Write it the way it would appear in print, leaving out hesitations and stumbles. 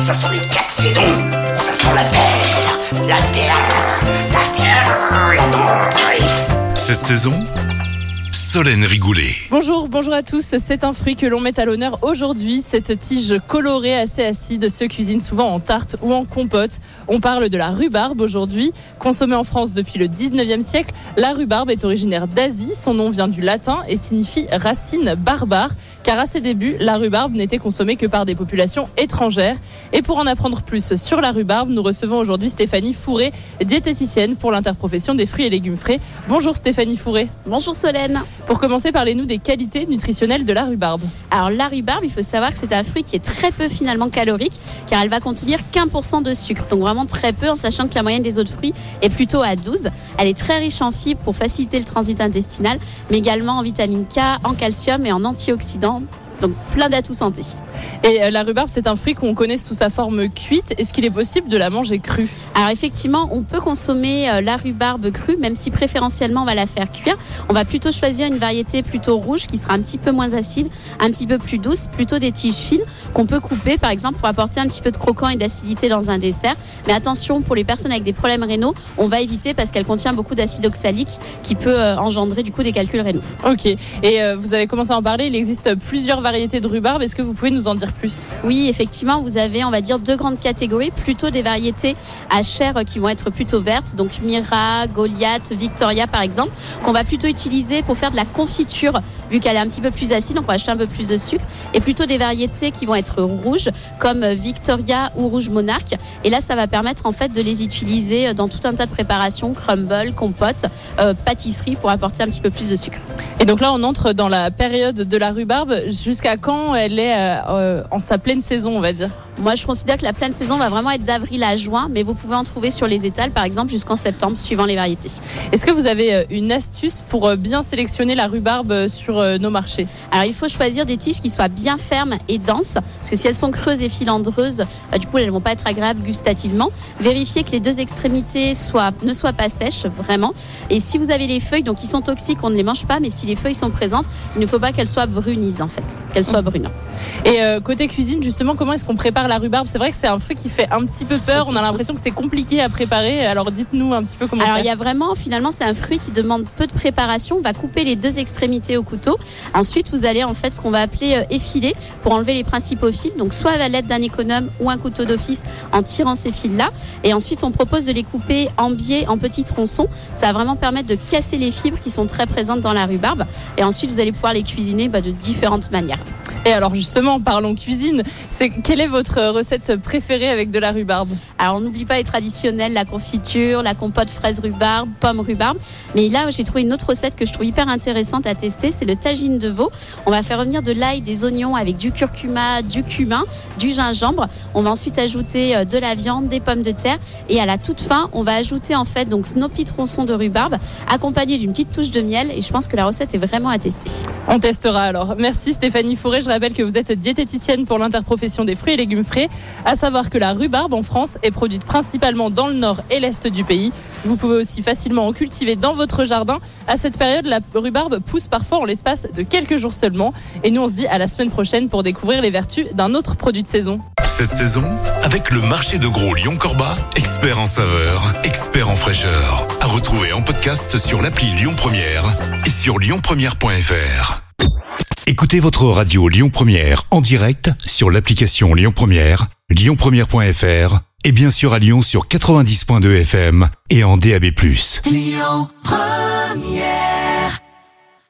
Ça sont les 4 saisons. Ça sent la terre, la terre, la terre, la terre. Cette saison, Solène Rigoulet. Bonjour à tous. C'est un fruit que l'on met à l'honneur aujourd'hui. Cette tige colorée assez acide se cuisine souvent en tarte ou en compote. On parle de la rhubarbe aujourd'hui. Consommée en France depuis le 19e siècle, la rhubarbe est originaire d'Asie. Son nom vient du latin et signifie racine barbare. Car à ses débuts, la rhubarbe n'était consommée que par des populations étrangères. Et pour en apprendre plus sur la rhubarbe, nous recevons aujourd'hui Stéphanie Fourré, diététicienne pour l'interprofession des fruits et légumes frais. Bonjour Stéphanie Fourré. Bonjour Solène. Pour commencer, parlez-nous des qualités nutritionnelles de la rhubarbe. Alors la rhubarbe, il faut savoir que c'est un fruit qui est très peu finalement calorique, car elle va contenir qu'1% de sucre, donc vraiment très peu, en sachant que la moyenne des autres fruits est plutôt à 12. Elle est très riche en fibres pour faciliter le transit intestinal, mais également en vitamine K, en calcium et en antioxydants. Donc plein d'atouts santé. Et la rhubarbe, c'est un fruit qu'on connaît sous sa forme cuite. Est-ce qu'il est possible de la manger crue ? Alors effectivement, on peut consommer la rhubarbe crue, même si préférentiellement on va la faire cuire. On va plutôt choisir une variété plutôt rouge qui sera un petit peu moins acide, un petit peu plus douce, plutôt des tiges fines qu'on peut couper par exemple pour apporter un petit peu de croquant et d'acidité dans un dessert. Mais attention, pour les personnes avec des problèmes rénaux, on va éviter parce qu'elle contient beaucoup d'acide oxalique qui peut engendrer du coup des calculs rénaux. Ok, et vous avez commencé à en parler, il existe plusieurs variétés de rhubarbe. Est-ce que vous pouvez nous en dire plus ? Oui, effectivement, vous avez, on va dire, deux grandes catégories, plutôt des variétés à chair qui vont être plutôt vertes, donc Mira, Goliath, Victoria par exemple, qu'on va plutôt utiliser pour faire de la confiture, vu qu'elle est un petit peu plus acide, donc on va ajouter un peu plus de sucre, et plutôt des variétés qui vont être rouges, comme Victoria ou Rouge Monarque, et là ça va permettre en fait de les utiliser dans tout un tas de préparations, crumble, compote, pâtisserie, pour apporter un petit peu plus de sucre. Et donc là on entre dans la période de la rhubarbe. Jusqu'à quand elle est en sa pleine saison, on va dire ? Moi, je considère que la pleine saison va vraiment être d'avril à juin, mais vous pouvez en trouver sur les étals, par exemple, jusqu'en septembre, suivant les variétés. Est-ce que vous avez une astuce pour bien sélectionner la rhubarbe sur nos marchés ? Alors, il faut choisir des tiges qui soient bien fermes et denses, parce que si elles sont creuses et filandreuses, du coup, elles ne vont pas être agréables gustativement. Vérifiez que les deux extrémités ne soient pas sèches, vraiment. Et si vous avez les feuilles, donc qui sont toxiques, on ne les mange pas, mais si les feuilles sont présentes, il ne faut pas qu'elles soient brunies, en fait, qu'elles soient brunes. Et côté cuisine, justement, comment est-ce qu'on prépare la rhubarbe ? C'est vrai que c'est un fruit qui fait un petit peu peur. On a l'impression que c'est compliqué à préparer. Alors dites-nous un petit peu comment Alors faire. il y a vraiment, finalement, c'est un fruit qui demande peu de préparation. On va couper les deux extrémités au couteau. Ensuite, vous allez en fait ce qu'on va appeler effiler pour enlever les principaux fils. Donc soit à l'aide d'un économe ou un couteau d'office en tirant ces fils-là. Et ensuite, on propose de les couper en biais, en petits tronçons. Ça va vraiment permettre de casser les fibres qui sont très présentes dans la rhubarbe. Et ensuite, vous allez pouvoir les cuisiner de différentes manières. Et alors justement, parlons cuisine. Quelle est votre recette préférée avec de la rhubarbe ? Alors on n'oublie pas les traditionnels, la confiture, la compote fraise rhubarbe, pomme rhubarbe. Mais là, j'ai trouvé une autre recette que je trouve hyper intéressante à tester, c'est le tagine de veau. On va faire revenir de l'ail, des oignons avec du curcuma, du cumin, du gingembre. On va ensuite ajouter de la viande, des pommes de terre. Et à la toute fin, on va ajouter en fait donc nos petits tronçons de rhubarbe accompagnés d'une petite touche de miel. Et je pense que la recette est vraiment à tester. On testera alors. Merci Stéphanie Fourré. Je rappelle que vous êtes diététicienne pour l'interprofession des fruits et légumes frais. À savoir que la rhubarbe en France est produite principalement dans le nord et l'est du pays. Vous pouvez aussi facilement en cultiver dans votre jardin. À cette période, la rhubarbe pousse parfois en l'espace de quelques jours seulement. Et nous, on se dit à la semaine prochaine pour découvrir les vertus d'un autre produit de saison. Cette saison, avec le marché de gros Lyon-Corba, expert en saveur, expert en fraîcheur. À retrouver en podcast sur l'appli Lyon Première et sur lyonpremière.fr. Écoutez votre radio Lyon Première en direct sur l'application Lyon Première, lyonpremière.fr et bien sûr à Lyon sur 90.2 FM et en DAB+. Lyon Première.